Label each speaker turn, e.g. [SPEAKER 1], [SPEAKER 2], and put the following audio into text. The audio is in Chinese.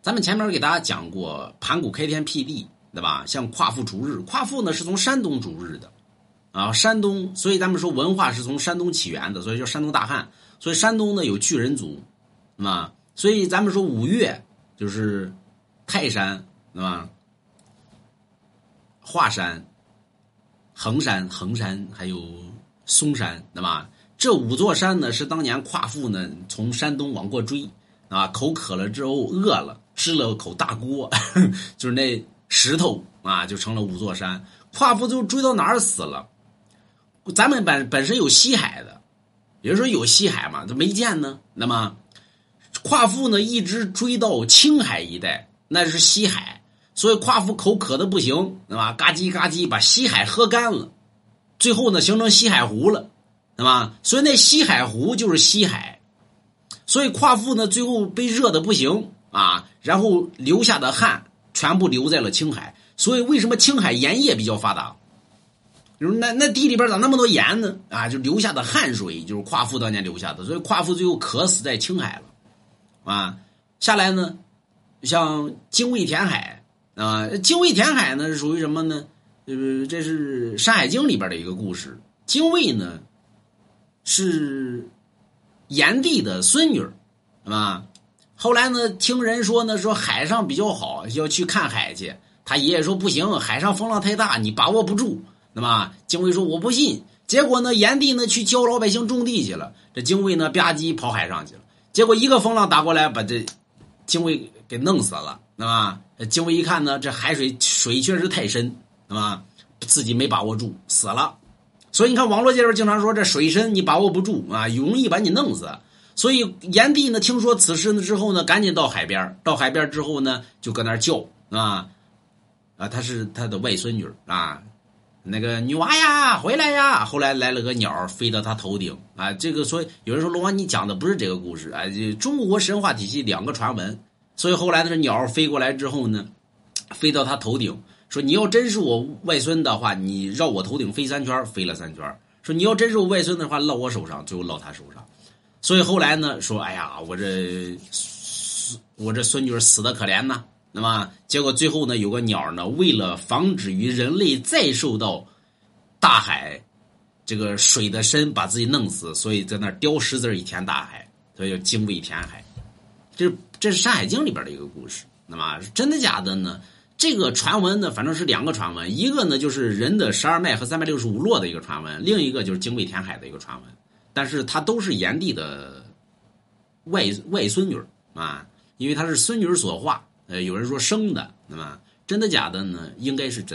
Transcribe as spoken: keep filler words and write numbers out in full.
[SPEAKER 1] 咱们前面给大家讲过盘古开天辟地，对吧？像夸父逐日，夸父呢是从山东逐日的啊，山东，所以咱们说文化是从山东起源的，所以叫山东大汉。所以山东呢有巨人族，对吧？所以咱们说五岳就是泰山，对吧？华山、衡山、衡山还有嵩山，对吧？这五座山呢是当年夸父呢从山东往过追啊，口渴了之后饿了，吃了口大锅，呵呵就是那石头啊，就成了五座山。夸父就追到哪儿死了？咱们本本身有西海的，也就是说有西海嘛，他没见呢。那么夸父呢一直追到青海一带，那是西海，所以夸父口渴的不行，对吧？嘎叽嘎叽把西海喝干了，最后呢形成西海湖了，对吧？所以那西海湖就是西海。所以夸父呢最后被热的不行啊，然后留下的汗全部留在了青海。所以为什么青海盐业比较发达？那那地里边咋那么多盐呢？啊，就留下的汗水就是夸父当年留下的，所以夸父最后渴死在青海了啊。下来呢，像精卫填海啊，精卫填海呢是属于什么呢？呃，这是《山海经》里边的一个故事。精卫呢是炎帝的孙女，是吧？后来呢，听人说呢，说海上比较好，要去看海去。他爷爷说不行，海上风浪太大，你把握不住。那么精卫说我不信。结果呢，炎帝呢去教老百姓种地去了，这精卫呢吧唧跑海上去了。结果一个风浪打过来，把这精卫给弄死了，对吧？精卫一看呢，这海水水确实太深，对吧？自己没把握住，死了。所以你看网络界边经常说这水深你把握不住啊，容易把你弄死。所以炎帝呢听说此事呢之后呢，赶紧到海边，到海边之后呢就搁那儿叫啊啊，他是他的外孙女啊，那个女娃呀回来呀。后来来了个鸟飞到他头顶啊，这个所以有人说龙王你讲的不是这个故事啊，中国神话体系两个传闻。所以后来这鸟飞过来之后呢，飞到他头顶，说你要真是我外孙的话，你绕我头顶飞三圈，飞了三圈。说你要真是我外孙的话，落我手上，最后落他手上。所以后来呢，说哎呀，我这我这孙女死的可怜呐。那么结果最后呢，有个鸟呢，为了防止于人类再受到大海这个水的深把自己弄死，所以在那雕十字以填大海，所以叫精卫填海。这这是《山海经》里边的一个故事。那么真的假的呢？这个传闻呢，反正是两个传闻，一个呢就是人的十二脉和三百六十五络的一个传闻，另一个就是精卫填海的一个传闻。但是它都是炎帝的外外孙女啊，因为他是孙女所化。呃，有人说生的，那么真的假的呢？应该是真的。